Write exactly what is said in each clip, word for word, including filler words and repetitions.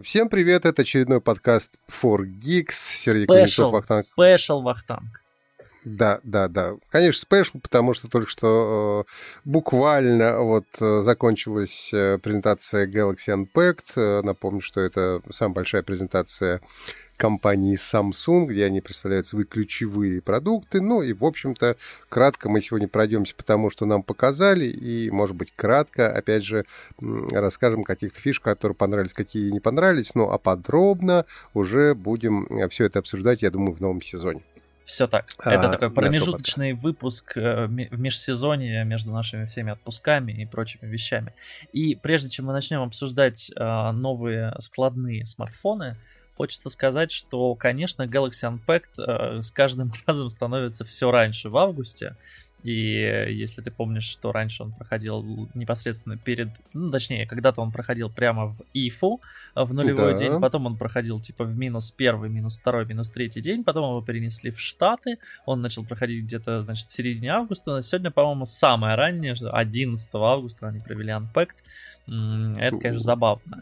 Всем привет, это очередной подкаст фор гикс. Сергей Кузнецов, Вахтанг. Спешл, Вахтанг. Да, да, да. Конечно, спешл, потому что только что э, буквально вот э, закончилась э, презентация Galaxy Unpacked. Э, напомню, что это самая большая презентация компании Samsung, где они представляют свои ключевые продукты. Ну и, в общем-то, кратко мы сегодня пройдемся по тому, что нам показали, и, может быть, кратко, опять же, расскажем о каких-то фишках, которые понравились, какие не понравились, ну а подробно уже будем все это обсуждать, я думаю, в новом сезоне. Все так. Это а, такой промежуточный выпуск в межсезонье между нашими всеми отпусками и прочими вещами. И прежде чем мы начнем обсуждать новые складные смартфоны, хочется сказать, что, конечно, Galaxy Unpacked э, с каждым разом становится все раньше в августе. И если ты помнишь, что раньше он проходил непосредственно перед... Ну, точнее, когда-то он проходил прямо в ИФУ в нулевой да. день, потом он проходил типа в минус первый, минус второй, минус третий день, потом его перенесли в Штаты, он начал проходить где-то, значит, в середине августа. Сегодня, по-моему, самое раннее, одиннадцатого августа они провели Unpacked. Это, конечно, забавно.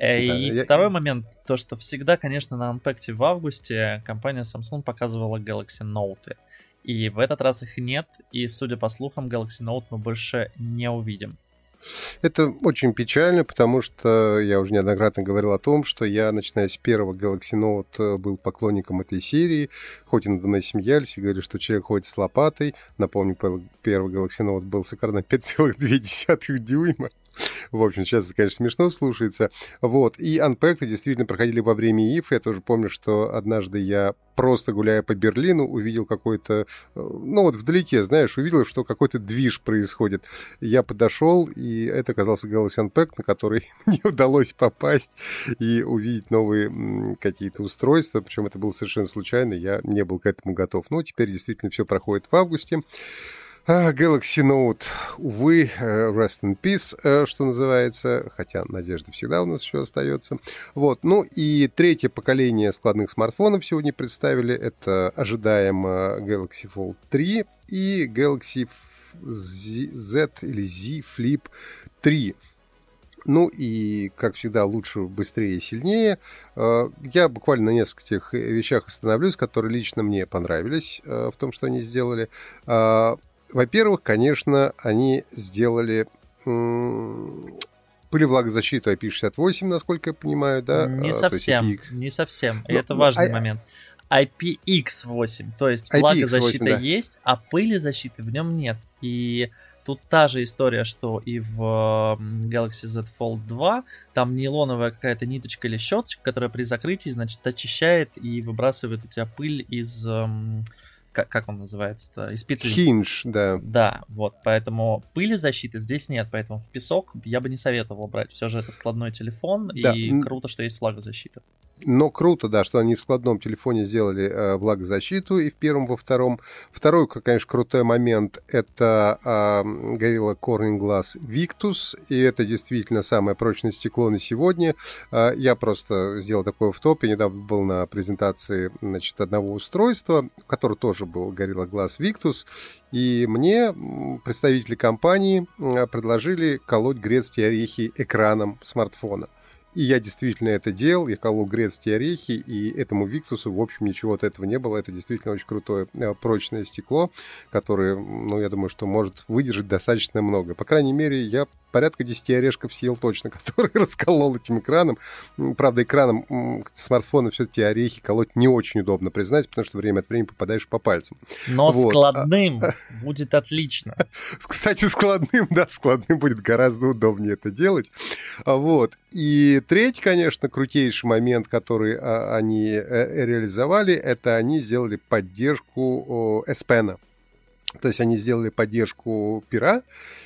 И да, второй я... момент, то, что всегда, конечно, на Unpacked в августе компания Samsung показывала Galaxy Note. И в этот раз их нет, и, судя по слухам, Galaxy Note мы больше не увидим. Это очень печально, потому что я уже неоднократно говорил о том, что я, начиная с первого Galaxy Note, был поклонником этой серии, хоть и надо мной смеялись и говорили, что человек ходит с лопатой. Напомню, первый Galaxy Note был с экраном пять целых две десятых дюйма. В общем, сейчас это, конечно, смешно слушается. Вот. И Unpacked действительно проходили во время ИФ. Я тоже помню, что однажды я, просто гуляя по Берлину, увидел какой-то... Ну, вот вдалеке, знаешь, увидел, что какой-то движ происходит. Я подошел, и это оказался Galaxy Unpacked, на который мне удалось попасть и увидеть новые какие-то устройства. Причем это было совершенно случайно, я не был к этому готов. Но теперь действительно все проходит в августе. Galaxy Note, увы, rest in peace, что называется, хотя надежда всегда у нас еще остается. Вот. Ну и третье поколение складных смартфонов сегодня представили. Это ожидаемо Galaxy Fold три и Galaxy Z или Z Flip три. Ну и, как всегда, лучше, быстрее и сильнее. Я буквально на нескольких вещах остановлюсь, которые лично мне понравились в том, что они сделали. Во-первых, конечно, они сделали м- пылевлагозащиту ай пи шестьдесят восемь, насколько я понимаю, да? Не а, совсем, ай пи икс... не совсем. Но, это важный а... момент. ай пи икс восемь, то есть влагозащита да. есть, а пылезащиты в нем нет. И тут та же история, что и в Galaxy Z Fold два, там нейлоновая какая-то ниточка или щеточка, которая при закрытии, значит, очищает и выбрасывает у тебя пыль из... Как, как он называется-то? Из петли. Хинж, да. Да, вот, поэтому пылезащиты здесь нет, поэтому в песок я бы не советовал брать. Все же это складной телефон, да. И круто, что есть влагозащита. Но круто, да, что они в складном телефоне сделали э, влагозащиту и в первом, во втором. Второй, конечно, крутой момент, это э, Gorilla Corning Glass Victus, и это действительно самое прочное стекло на сегодня. Э, я просто сделал такой офф-топ, я недавно был на презентации, значит, одного устройства, которое тоже был Gorilla Glass Victus, и мне представители компании предложили колоть грецкие орехи экраном смартфона. И я действительно это делал, я колол грецкие орехи, и этому Виктусу, в общем, ничего от этого не было. Это действительно очень крутое прочное стекло, которое, ну, я думаю, что может выдержать достаточно много. По крайней мере, я порядка десять орешков съел точно, которые расколол этим экраном. Правда, экраном смартфона все-таки орехи колоть не очень удобно, признать, потому что время от времени попадаешь по пальцам. Но вот. Складным будет отлично. Кстати, складным, да, складным будет гораздо удобнее это делать. Вот. И третий, конечно, крутейший момент, который а, они э, реализовали, это они сделали поддержку эс пен. То есть они сделали поддержку пера,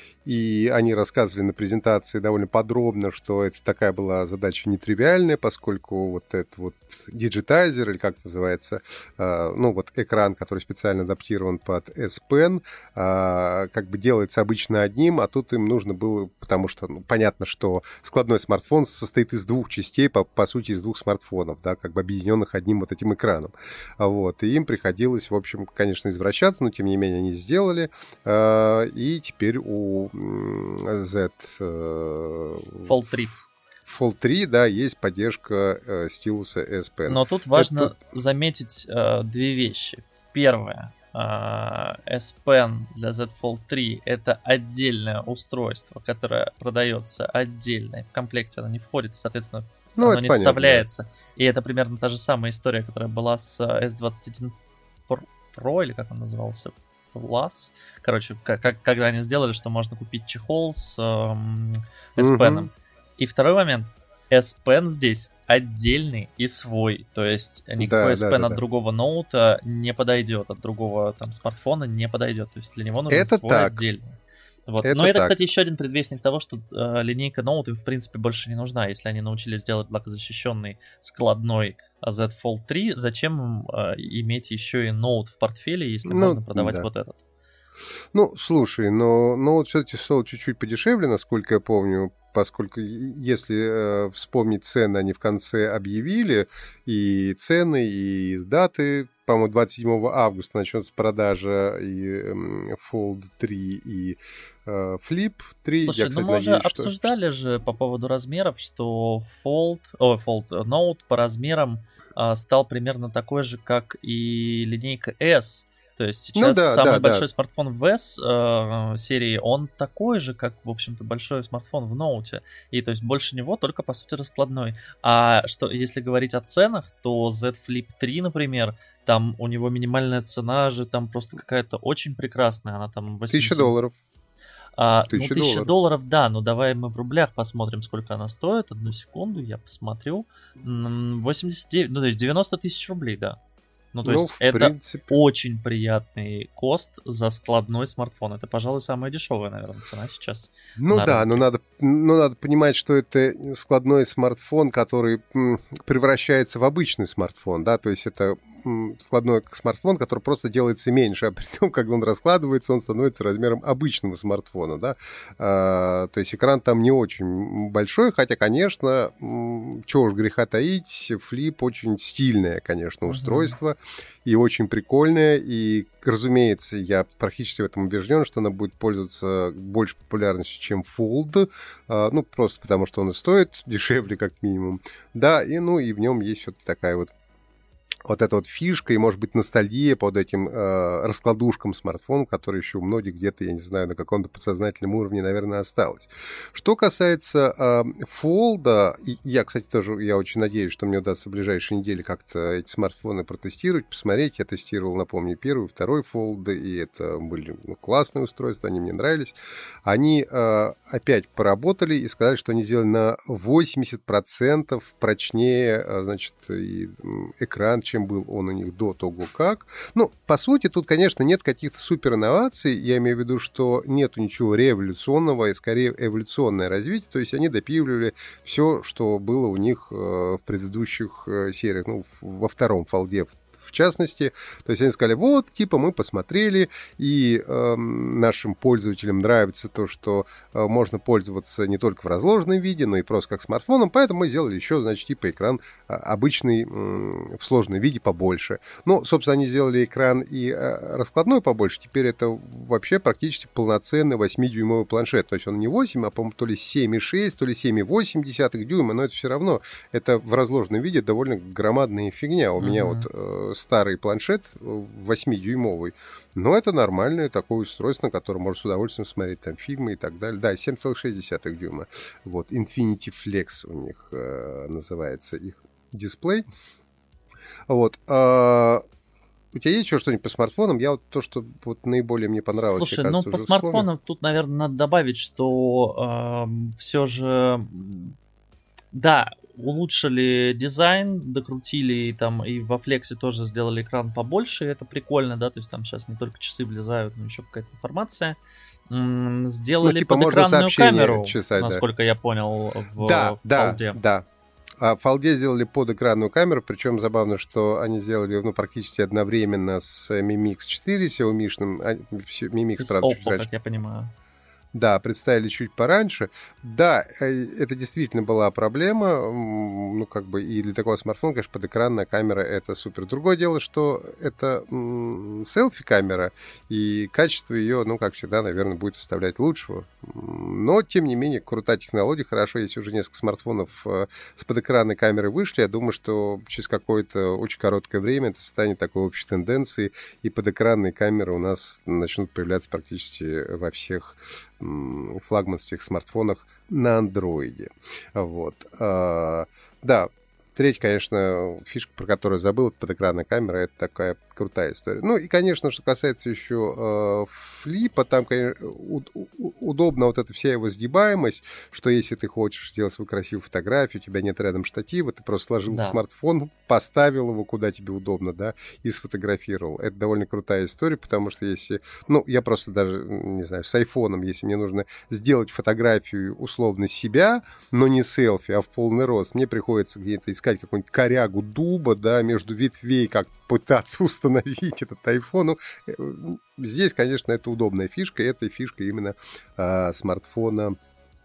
и они рассказывали на презентации довольно подробно, что это такая была задача нетривиальная, поскольку вот этот вот диджитайзер, или как это называется, э, ну вот экран, который специально адаптирован под эс пен, э, как бы делается обычно одним, а тут им нужно было, потому что ну, понятно, что складной смартфон состоит из двух частей, по, по сути, из двух смартфонов, да, как бы объединенных одним вот этим экраном. Вот, и им приходилось, в общем, конечно, извращаться, но тем не менее они сделали, э, и теперь у Z... Fold три. Fold три, да, есть поддержка э, стилуса S Pen. Но тут важно Это... заметить э, две вещи. Первое. S Pen для Z Fold три это отдельное устройство, которое продается отдельно. В комплекте оно не входит, соответственно, ну, оно не понятно, вставляется. Да. И это примерно та же самая история, которая была с эс двадцать один Pro, или как он назывался? Plus. Короче, как, когда они сделали, что можно купить чехол с эм, S Pen. Угу. И второй момент. S Pen здесь отдельный и свой, то есть никакой да, S Pen да, от да, другого да. ноута не подойдет, от другого там смартфона не подойдет, то есть для него нужен это свой так. отдельный. Вот. Это Но это, так. кстати, еще один предвестник того, что э, линейка ноут им в принципе больше не нужна. Если они научились делать влагозащищенный складной Z Fold три, зачем им э, иметь еще и ноут в портфеле, если ну, можно продавать да. вот этот? Ну, слушай, но ноут все-таки стоил чуть-чуть подешевле, насколько я помню, поскольку если э, вспомнить цены, они в конце объявили, и цены, и даты, по-моему, двадцать седьмого августа начнется продажа и э, Fold три, и э, Flip три. Слушай, я, кстати, ну мы надеюсь, уже что... обсуждали же по поводу размеров, что Fold, о, Fold Note по размерам э, стал примерно такой же, как и линейка S. То есть сейчас ну, да, самый да, большой да. смартфон в S э, серии, он такой же, как, в общем-то, большой смартфон в ноуте. И то есть больше него только, по сути, раскладной. А что, если говорить о ценах, то Z Flip три, например, там у него минимальная цена же там просто какая-то очень прекрасная. Она там восемьдесят... Тысяча долларов. А, тысяча ну, тысяча долларов. долларов, да, но давай мы в рублях посмотрим, сколько она стоит. Одну секунду, я посмотрю. восемьдесят девять, ну, то есть девяносто тысяч рублей, да. Ну, то ну, есть это принципе... очень приятный кост за складной смартфон. Это, пожалуй, самая дешевая, наверное, цена сейчас. Ну да, рынке. но надо, но надо понимать, что это складной смартфон, который м, превращается в обычный смартфон, да, то есть это м, складной смартфон, который просто делается меньше, а при том, когда он раскладывается, он становится размером обычного смартфона, да. А, то есть экран там не очень большой, хотя, конечно, м, чего уж греха таить, Flip очень стильное, конечно, устройство. Uh-huh. И очень прикольная, и, разумеется, я практически в этом убежден, что она будет пользоваться больше популярностью, чем Fold, а, ну, просто потому что он и стоит дешевле, как минимум, да, и, ну, и в нем есть вот такая вот вот эта вот фишка и, может быть, ностальгия по вот этим э, раскладушкам смартфонов, которые еще у многих где-то, я не знаю, на каком-то подсознательном уровне, наверное, осталось. Что касается э, Fold, и я, кстати, тоже, я очень надеюсь, что мне удастся в ближайшие недели как-то эти смартфоны протестировать, посмотреть. Я тестировал, напомню, первый, второй Fold, и это были ну, классные устройства, они мне нравились. Они э, опять поработали и сказали, что они сделали на восемьдесят процентов прочнее, э, значит, и, э, экран, чем был он у них до того как. Ну, по сути, тут, конечно, нет каких-то супер инноваций. Я имею в виду, что нету ничего революционного, и скорее эволюционное развитие. То есть они допиливали все, что было у них э, в предыдущих э, сериях. Ну, во втором фолде, в частности. То есть они сказали, вот, типа, мы посмотрели, и э, нашим пользователям нравится то, что э, можно пользоваться не только в разложенном виде, но и просто как смартфоном, поэтому мы сделали еще, значит, типа экран э, обычный, э, в сложном виде побольше. Ну, собственно, они сделали экран и э, раскладной побольше, теперь это вообще практически полноценный восьмидюймовый планшет, то есть он не восемь, а, по-моему, то ли семь и шесть, то ли семь и восемь десятых дюйма, но это все равно, это в разложенном виде довольно громадная фигня. У uh-huh. меня вот э, старый планшет восьмидюймовый, но это нормальное такое устройство, на котором можно с удовольствием смотреть там фильмы и так далее. Да, семь целых шесть десятых дюйма. Вот, Infinity Flex у них э, называется их дисплей. Вот. А у тебя есть еще что-нибудь по смартфонам? Я вот то, что вот наиболее мне понравилось. Слушай, кажется, ну по смартфонам вспомнил. Тут, наверное, надо добавить, что э, все же, да, улучшили дизайн, докрутили там и во Флексе тоже сделали экран побольше, это прикольно, да, то есть там сейчас не только часы влезают, но еще какая-то информация. Сделали ну, типа подэкранную камеру, чесать, насколько да. я понял, в да, Фолде. Да, да. А в Фолде сделали подэкранную камеру, причем забавно, что они сделали ну, практически одновременно с Mi Mix четыре, Xiaomi-шным. Mi Mix, правда, Oppo, чуть раньше. Как я понимаю. Да, представили чуть пораньше. Да, это действительно была проблема. Ну, как бы и для такого смартфона, конечно, подэкранная камера — это супер. Другое дело, что это селфи-камера, и качество ее, ну, как всегда, наверное, будет уставлять лучшего. Но, тем не менее, крутая технология. Хорошо, если уже несколько смартфонов с подэкранной камерой вышли. Я думаю, что через какое-то очень короткое время это станет такой общей тенденцией, и подэкранные камеры у нас начнут появляться практически во всех флагманских смартфонах на андроиде. Вот. А, да, третья, конечно, фишка, про которую забыл, это подэкранная камера, это такая крутая история. Ну и, конечно, что касается еще э, флипа, там, конечно, у- у- удобна вот эта вся его сгибаемость, что если ты хочешь сделать свою красивую фотографию, у тебя нет рядом штатива, ты просто сложил Да. смартфон, поставил его куда тебе удобно, да, и сфотографировал. Это довольно крутая история, потому что если, ну, я просто даже, не знаю, с айфоном, если мне нужно сделать фотографию условно себя, но не селфи, а в полный рост, мне приходится где-то искать какую-нибудь корягу дуба, да, между ветвей, как пытаться установить этот iPhone. Ну, э, здесь, конечно, это удобная фишка, и это фишка именно а, смартфона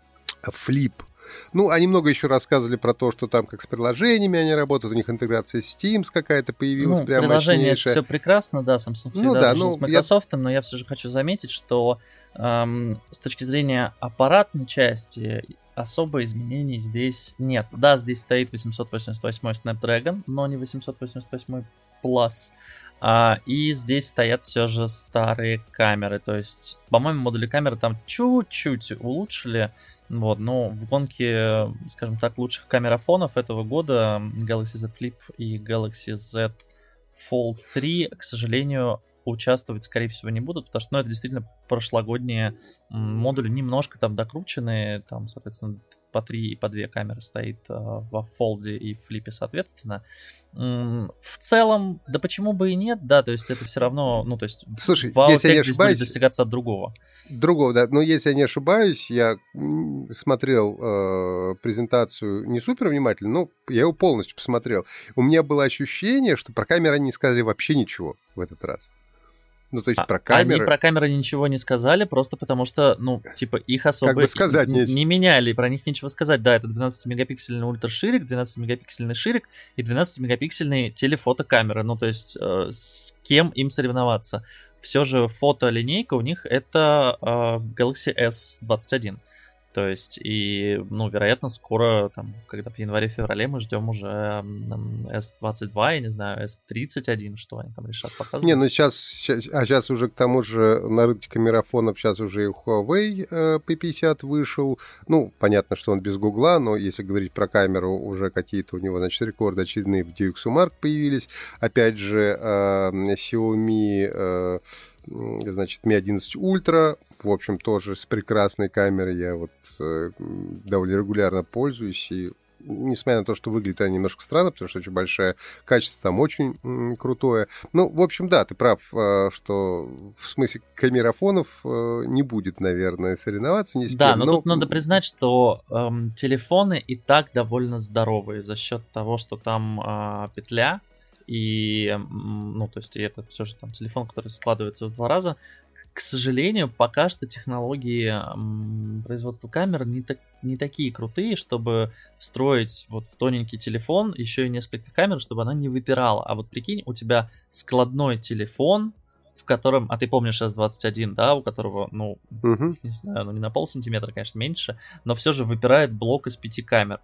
Flip. Ну, они много еще рассказывали про то, что там как с приложениями они работают, у них интеграция с Teams какая-то появилась, Ну, прям приложение это мощнейшая. все прекрасно, да, Samsung всегда Ну да, дружил ну, с я- Microsoft, но я все же хочу заметить, что эм, с точки зрения аппаратной части особо изменений здесь нет. Да, здесь стоит восемьсот восемьдесят восемь Snapdragon, но не восемьсот восемьдесят восемь Plus. А, и здесь стоят все же старые камеры. То есть, по-моему, модули камеры там чуть-чуть улучшили. Вот, но в гонке, скажем так, лучших камерафонов этого года Galaxy Z Flip и Galaxy Z Fold три, к сожалению, участвовать, скорее всего, не будут, потому что, ну, это действительно прошлогодние м, модули, немножко там докрученные, там, соответственно, по три и по две камеры стоит э, во фолде и флипе, соответственно. М, В целом, да почему бы и нет, да, то есть это все равно, ну, то есть Слушай, вау-эффект если я не здесь будет ошибаюсь, достигаться от другого. другого, да, но если я не ошибаюсь, я м, смотрел э, презентацию не супер внимательно, но я его полностью посмотрел. У меня было ощущение, что про камеры они не сказали вообще ничего в этот раз. Ну, то есть А- про Они камеры, про камеры ничего не сказали, просто потому что, ну, типа, их особо как бы сказать н- нечего. не меняли, про них нечего сказать. Да, это двенадцатимегапиксельный ультраширик, двенадцатимегапиксельный ширик и двенадцатимегапиксельные телефотокамеры. Ну, то есть, э, с кем им соревноваться? Все же фотолинейка у них это э, Galaxy эс двадцать один. То есть, и, ну, вероятно, скоро, там, когда в январе-феврале мы ждем уже м, эс двадцать два, я не знаю, эс тридцать один, что они там решат показывать. Не, ну сейчас, а сейчас уже к тому же на рынке камерафонов сейчас уже и Huawei э, пи пятьдесят вышел. Ну, понятно, что он без Гугла, но если говорить про камеру, уже какие-то у него, значит, рекорды очередные в ди икс Mark появились. Опять же, э, Xiaomi, э, значит, ми одиннадцать Ultra, в общем, тоже с прекрасной камерой. Я вот э, довольно регулярно пользуюсь, и несмотря на то, что выглядит она немножко странно, потому что очень большое качество там очень м, крутое. Ну, в общем, да, ты прав, э, что в смысле камерафонов э, не будет, наверное, соревноваться ни с Да, кем. но но тут надо признать, что эм, телефоны и так довольно здоровые за счет того, что там а, петля, и, м, ну, то есть, и это все же там телефон, который складывается в два раза. К сожалению, пока что технологии м, производства камер не, так, не такие крутые, чтобы встроить вот в тоненький телефон еще и несколько камер, чтобы она не выпирала. А вот прикинь, у тебя складной телефон, в котором, а ты помнишь эс двадцать один, да, у которого, ну, Мгм. не знаю, ну не на полсантиметра, конечно, меньше, но все же выпирает блок из пяти камер.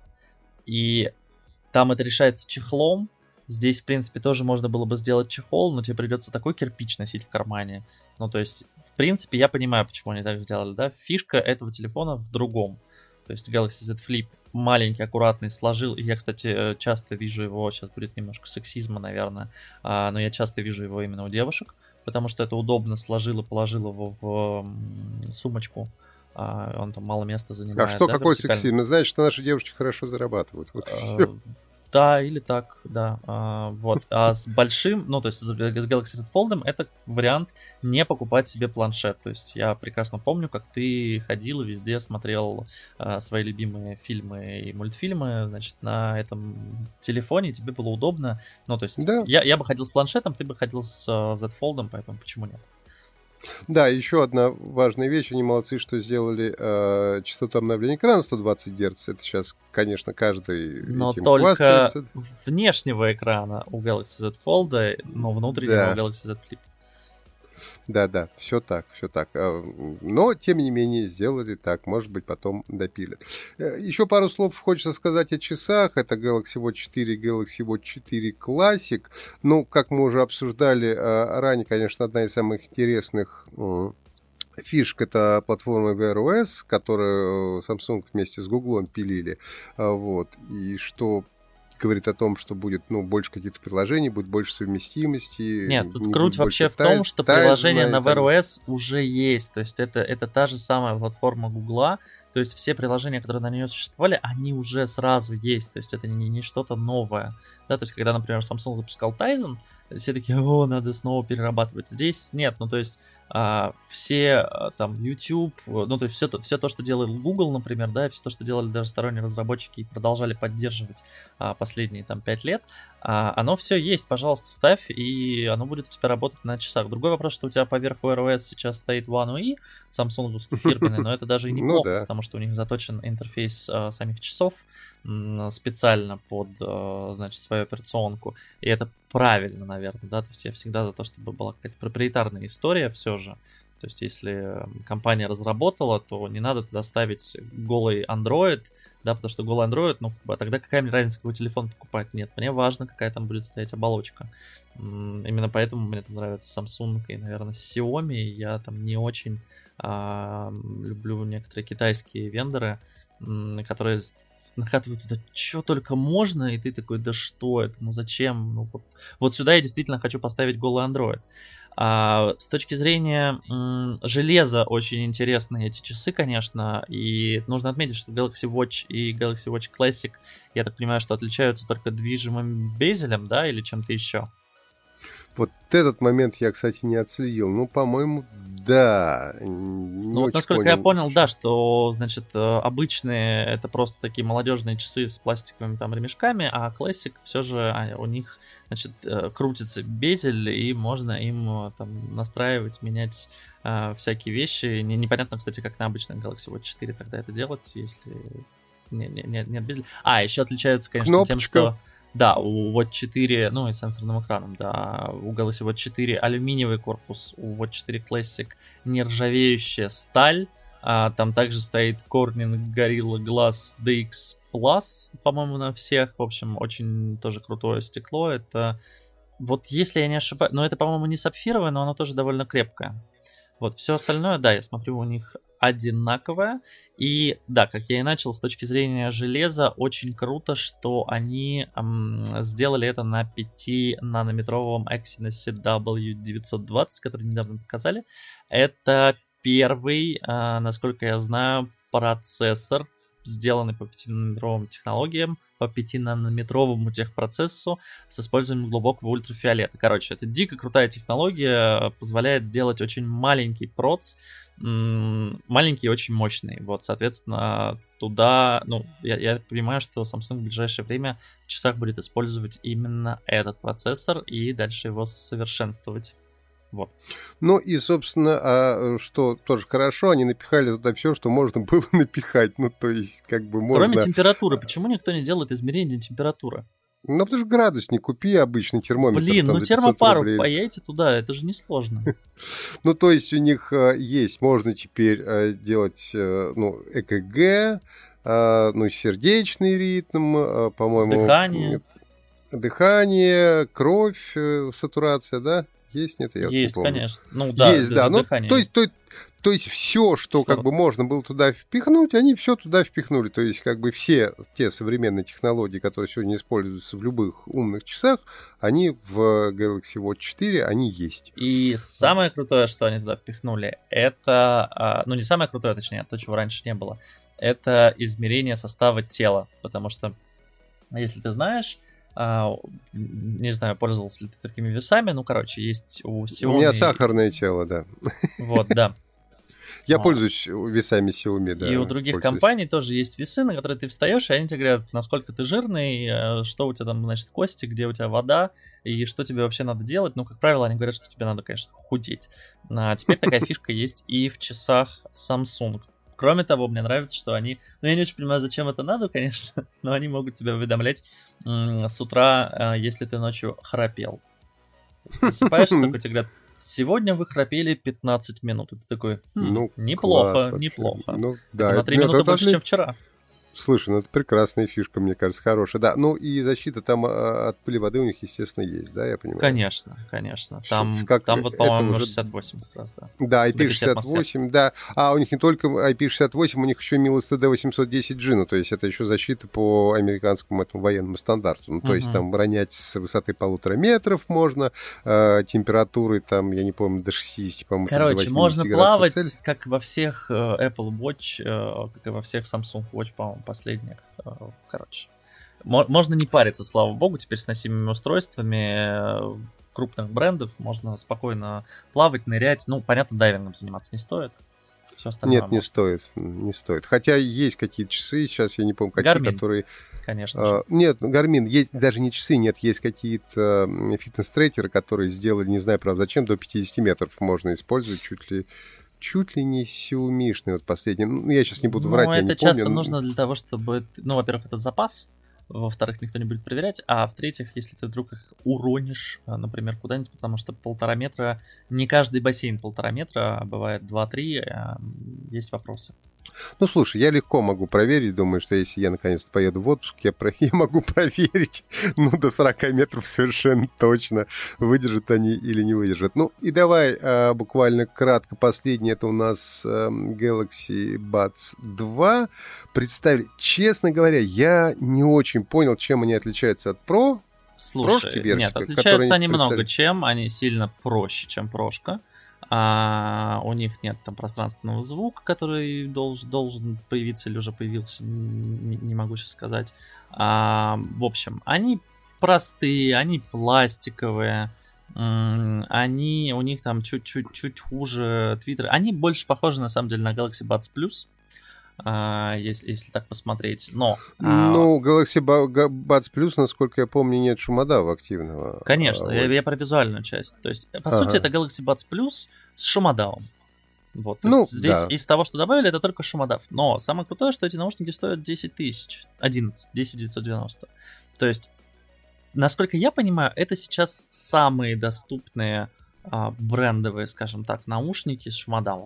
И там это решается чехлом. Здесь, в принципе, тоже можно было бы сделать чехол, но тебе придется такой кирпич носить в кармане. Ну, то есть, в принципе, я понимаю, почему они так сделали, да. Фишка этого телефона в другом. То есть Galaxy Z Flip маленький, аккуратный, сложил. И я, кстати, часто вижу его, сейчас будет немножко сексизма, наверное, а, но я часто вижу его именно у девушек, потому что это удобно, сложил и положил его в м, сумочку. А, он там мало места А занимает. что, да, какой вертикально. сексизм? Значит, что наши девушки хорошо зарабатывают. Вот и Э, всё. Да, или так, да. А, вот. А с большим, ну, то есть с Galaxy Z Fold это вариант не покупать себе планшет. То есть я прекрасно помню, как ты ходил и везде смотрел а, свои любимые фильмы и мультфильмы, значит, на этом телефоне, и тебе было удобно. Ну, то есть Да. я, я бы ходил с планшетом, ты бы ходил с а, Z Fold, поэтому почему нет? Да, еще одна важная вещь, они молодцы, что сделали э, частоту обновления экрана сто двадцать герц. Это сейчас, конечно, каждый но этим только хвастается. Внешнего экрана у Galaxy Z Fold, но внутреннего Да. у Galaxy Z Flip. Да-да, все так, все так. Но, тем не менее, сделали так. Может быть, потом допилят. Еще пару слов хочется сказать о часах. Это Galaxy Watch четыре, Galaxy Watch четыре Classic. Ну, как мы уже обсуждали ранее, конечно, одна из самых интересных фишек — это платформа Wear о эс, которую Samsung вместе с Google пилили. Вот. И что говорит о том, что будет, ну, больше каких-то приложений, будет больше совместимости. Нет, тут не круть вообще в том, что приложение на Wear о эс уже есть. То есть это, это та же самая платформа Гугла. То есть все приложения, которые на нее существовали, они уже сразу есть. То есть это не, не что-то новое. Да, то есть когда, например, Samsung запускал Tizen, все такие: о, надо снова перерабатывать. Здесь нет, ну то есть а, все а, там YouTube, ну то есть все то, все то, что делал Google, например, да, и все то, что делали даже сторонние разработчики и продолжали поддерживать а, последние там пять лет, а, оно все есть, пожалуйста, ставь, и оно будет у тебя работать на часах. Другой вопрос, что у тебя поверх Wear о эс сейчас стоит One ю и, самсунговский фирменный, но это даже и неплохо, ну, да. Потому что у них заточен интерфейс а, самих часов м, специально под, а, значит, свою операционку, и это правильно, наверное, да, то есть я всегда за то, чтобы была какая-то проприетарная история все же. То есть если компания разработала, то не надо туда ставить голый Android, да, потому что голый Android, ну, а тогда какая мне разница, какой телефон покупать? Нет, мне важно, какая там будет стоять оболочка. Именно поэтому мне там нравится Samsung и, наверное, Xiaomi. Я там не очень а, люблю некоторые китайские вендоры, которые накатывают туда что только можно, и ты такой: да что это, ну зачем? Ну, вот, вот сюда я действительно хочу поставить голый Android. А, с точки зрения м, железа очень интересные эти часы, конечно, и нужно отметить, что Galaxy Watch и Galaxy Watch Classic, я так понимаю, что отличаются только движимым безелем, да, или чем-то еще? Вот этот момент я, кстати, не отследил. Ну, по-моему, да. Ну, вот насколько понял. я понял, да, что, значит, обычные это просто такие молодежные часы с пластиковыми там ремешками, а Classic все же у них, значит, крутится безель, и можно им там настраивать, менять э, всякие вещи. Не, непонятно, кстати, как на обычном Galaxy Watch четыре тогда это делать, если не, не, не, нет безеля. А, еще отличаются, конечно, Кнопочка. тем, что... Да, у Watch четыре, ну и сенсорным экраном, да, у Galaxy Watch четыре алюминиевый корпус, у Watch четыре Classic нержавеющая сталь, а, там также стоит Corning Gorilla Glass ди экс Plus, по-моему, на всех, в общем, очень тоже крутое стекло, это, вот если я не ошибаюсь, но это, по-моему, не сапфировое, но оно тоже довольно крепкое. Вот, все остальное, да, я смотрю, у них одинаковое. И да, как я и начал, с точки зрения железа, очень круто, что они эм, сделали это на пятинанометровом Exynos дабл ю девятьсот двадцать, который недавно показали. Это первый, э, насколько я знаю, процессор, сделанный по пятинанометровым технологиям, по пятинанометровому техпроцессу с использованием глубокого ультрафиолета. Короче, это дико крутая технология, позволяет сделать очень маленький проц, маленький и очень мощный. Вот, соответственно, туда, ну, я, я понимаю, что Samsung в ближайшее время в часах будет использовать именно этот процессор и дальше его совершенствовать. Вот. Ну и, собственно, а что тоже хорошо, они напихали туда все, что можно было напихать. Ну, то есть, как бы можно... Кроме температуры. Почему никто не делает измерение температуры? Ну, потому что градусник купи, обычный термометр. Блин, ну термопару впаяйте туда, это же несложно. Ну, то есть у них есть, можно теперь делать, ну, ЭКГ, ну, сердечный ритм, по-моему... Дыхание. Дыхание, кровь, сатурация, да? Есть, нет, я есть, не помню. Конечно. Ну да, есть, да. Ну, дыхание. То есть, то, то есть все, что Слава. как бы можно было туда впихнуть, они все туда впихнули. То есть как бы все те современные технологии, которые сегодня используются в любых умных часах, они в Galaxy Watch четыре, они есть. И самое крутое, что они туда впихнули, это, ну не самое крутое, точнее, то, чего раньше не было, это измерение состава тела. Потому что, если ты знаешь, Uh, не знаю, пользовался ли ты такими весами, ну, короче, есть у Xiaomi... У меня сахарное тело, да. Вот, да. Я вот. пользуюсь весами Xiaomi, да. И у других пользуюсь. компаний тоже есть весы, на которые ты встаешь, и они тебе говорят, насколько ты жирный, что у тебя там, значит, кости, где у тебя вода, и что тебе вообще надо делать. Ну, как правило, они говорят, что тебе надо, конечно, худеть. А теперь такая фишка есть и в часах Samsung. Кроме того, мне нравится, что они... Ну, я не очень понимаю, зачем это надо, конечно, но они могут тебя уведомлять м- с утра, если ты ночью храпел. Просыпаешься, такой тебе говорят, сегодня вы храпели пятнадцать минут. И ты такой, хм, ну, неплохо, класс, неплохо. Ну, да, это на три минуты больше, чем вчера. Слушай, ну это прекрасная фишка, мне кажется, хорошая. Да, ну и защита там от пыли воды у них, естественно, есть, да, я понимаю? Конечно, конечно. Там, как, там вот, по-моему, уже... шестьдесят восемь как раз, да. Да, ай пи шестьдесят восемь, да. А у них не только ай пи шестьдесят восемь, у них еще мил эс ти ди восемьсот десять джи, ну то есть это еще защита по американскому этому военному стандарту. Ну то uh-huh. есть там ронять с высоты полутора метров можно, э, температуры там, я не помню, до шестидесяти, по-моему. Короче, можно плавать, цель. Как во всех э, Apple Watch, э, как и во всех Samsung Watch, по-моему, последних. Короче, можно не париться, слава богу, теперь с носимыми устройствами крупных брендов можно спокойно плавать, нырять. Ну, понятно, дайвингом заниматься не стоит. Все остальное Нет, можно. не стоит, не стоит. Хотя есть какие-то часы, сейчас я не помню, какие, Garmin, которые... Конечно а, же. Нет, Garmin, есть даже не часы, нет, есть какие-то фитнес-трекеры, которые сделали, не знаю, правда, зачем, до пятидесяти метров можно использовать чуть ли... Чуть ли не сиумишный, вот последний. Ну, я сейчас не буду врать, ну, я это не часто помню. нужно для того, чтобы... Ну, во-первых, это запас, во-вторых, никто не будет проверять, а в-третьих, если ты вдруг их уронишь, например, куда-нибудь, потому что полтора метра... Не каждый бассейн полтора метра, а бывает два-три, есть вопросы. Ну, слушай, я легко могу проверить, думаю, что если я наконец-то поеду в отпуск, я, про... я могу проверить, ну, до сорока метров совершенно точно, выдержат они или не выдержат. Ну, и давай а, буквально кратко, последний, это у нас а, Galaxy Buds два. Представили, честно говоря, я не очень понял, чем они отличаются от Pro. Слушай, версии, нет, отличаются они много чем, они сильно проще, чем Прошка. А у них нет там пространственного звука, который должен, должен появиться или уже появился, не, не могу сейчас сказать. А, в общем, они простые, они пластиковые, они, у них там чуть-чуть чуть хуже Twitter. Они больше похожи на самом деле на Galaxy Buds Plus. Uh, если, если так посмотреть, но... Uh... Ну, Galaxy Buds Plus, насколько я помню, нет шумодава активного. Конечно, а, я, я про визуальную часть. То есть, по ага. сути, это Galaxy Buds Plus с шумодавом. Вот, то ну, есть здесь да. из того, что добавили, это только шумодав. Но самое крутое, что эти наушники стоят десять тысяч, одиннадцать, десять тысяч девятьсот девяносто. То есть, насколько я понимаю, это сейчас самые доступные а, брендовые, скажем так, наушники с шумодавом.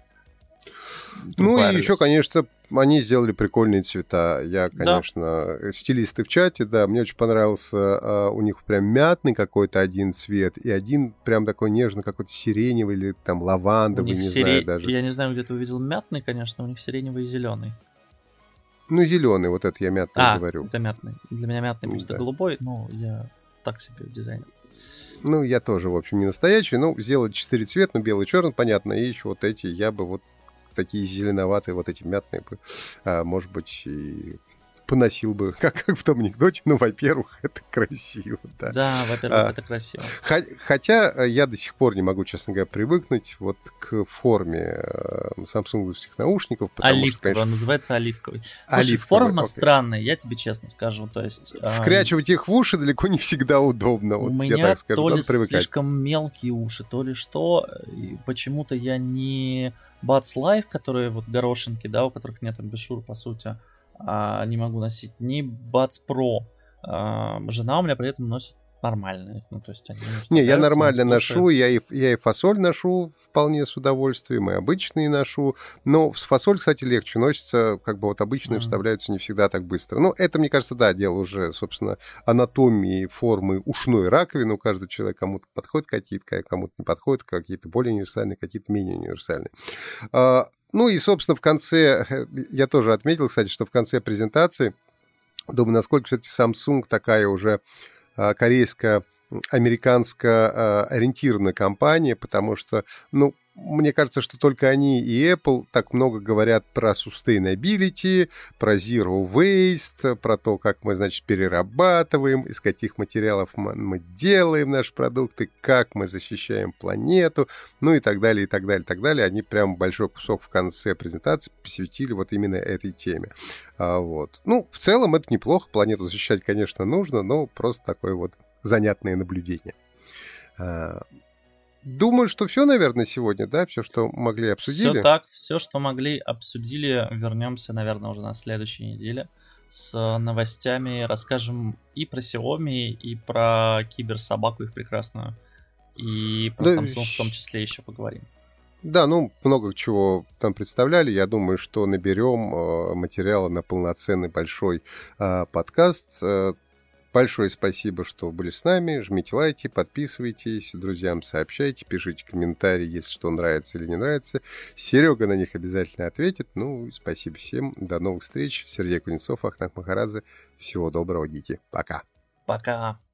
Ну и еще, конечно, они сделали прикольные цвета. Я, конечно, да. стилисты в чате, да, мне очень понравился. А, у них прям мятный какой-то один цвет, и один прям такой нежно какой-то сиреневый или там лавандовый, не сире... знаю даже. Я не знаю, где ты увидел мятный, конечно, у них сиреневый и зеленый. Ну, зеленый, вот это я мятный а, говорю. Это мятный. Для меня мятный просто да. голубой, но я так себе дизайнер. Ну, я тоже, в общем, не настоящий. Ну, сделать четыре цвета, ну, белый, черный, понятно, и еще вот эти я бы вот такие зеленоватые, вот эти мятные, а, может быть, и поносил бы, как, как в том анекдоте. Ну, во-первых, это красиво, да. Да, во-первых, а, это красиво. Хотя я до сих пор не могу, честно говоря, привыкнуть вот к форме самсунговских наушников. Оливковый, что, конечно... он называется оливковый. Слушай, оливковый, форма окей. странная, я тебе честно скажу. То есть, вкрячивать их в уши далеко не всегда удобно. У вот, меня я так скажу, то ли слишком мелкие уши, то ли что. И почему-то я не Buds Live, которые вот горошинки, да, у которых нет амбушюр, по сути, а не могу носить, ни Buds Pro. А, жена у меня при этом носит нормальные. Ну, то есть они не, я нормально ношу, я и, я и фасоль ношу вполне с удовольствием, и обычные ношу. Но с фасоль, кстати, легче носится, как бы вот обычные mm-hmm. вставляются не всегда так быстро. Ну, это, мне кажется, да, дело уже, собственно, анатомии, формы ушной раковины. У каждого человека кому-то подходят какие-то, кому-то не подходят, какие-то более универсальные, какие-то менее универсальные. А, ну и, собственно, в конце, я тоже отметил, кстати, что в конце презентации, думаю, насколько все-таки Samsung такая уже корейско-американско-ориентированная компания, потому что, ну, мне кажется, что только они и Apple так много говорят про sustainability, про zero waste, про то, как мы, значит, перерабатываем, из каких материалов мы делаем наши продукты, как мы защищаем планету, ну и так далее, и так далее, и так далее. Они прям большой кусок в конце презентации посвятили вот именно этой теме. А, вот. Ну, в целом это неплохо, планету защищать, конечно, нужно, но просто такое вот занятное наблюдение. Думаю, что все, наверное, сегодня, да? Все, что могли, обсудили. Все так, все, что могли, обсудили. Вернемся, наверное, уже на следующей неделе с новостями. Расскажем и про Xiaomi, и про киберсобаку их прекрасную. И про да, Samsung в том числе еще поговорим. Да, ну, много чего там представляли. Я думаю, что наберем э, материала на полноценный большой э, подкаст. Э, Большое спасибо, что были с нами. Жмите лайки, подписывайтесь, друзьям сообщайте, пишите комментарии, если что нравится или не нравится. Серега на них обязательно ответит. Ну, спасибо всем. До новых встреч. Сергей Кузнецов, Ахтанг Махарадзе. Всего доброго, гики. Пока. Пока.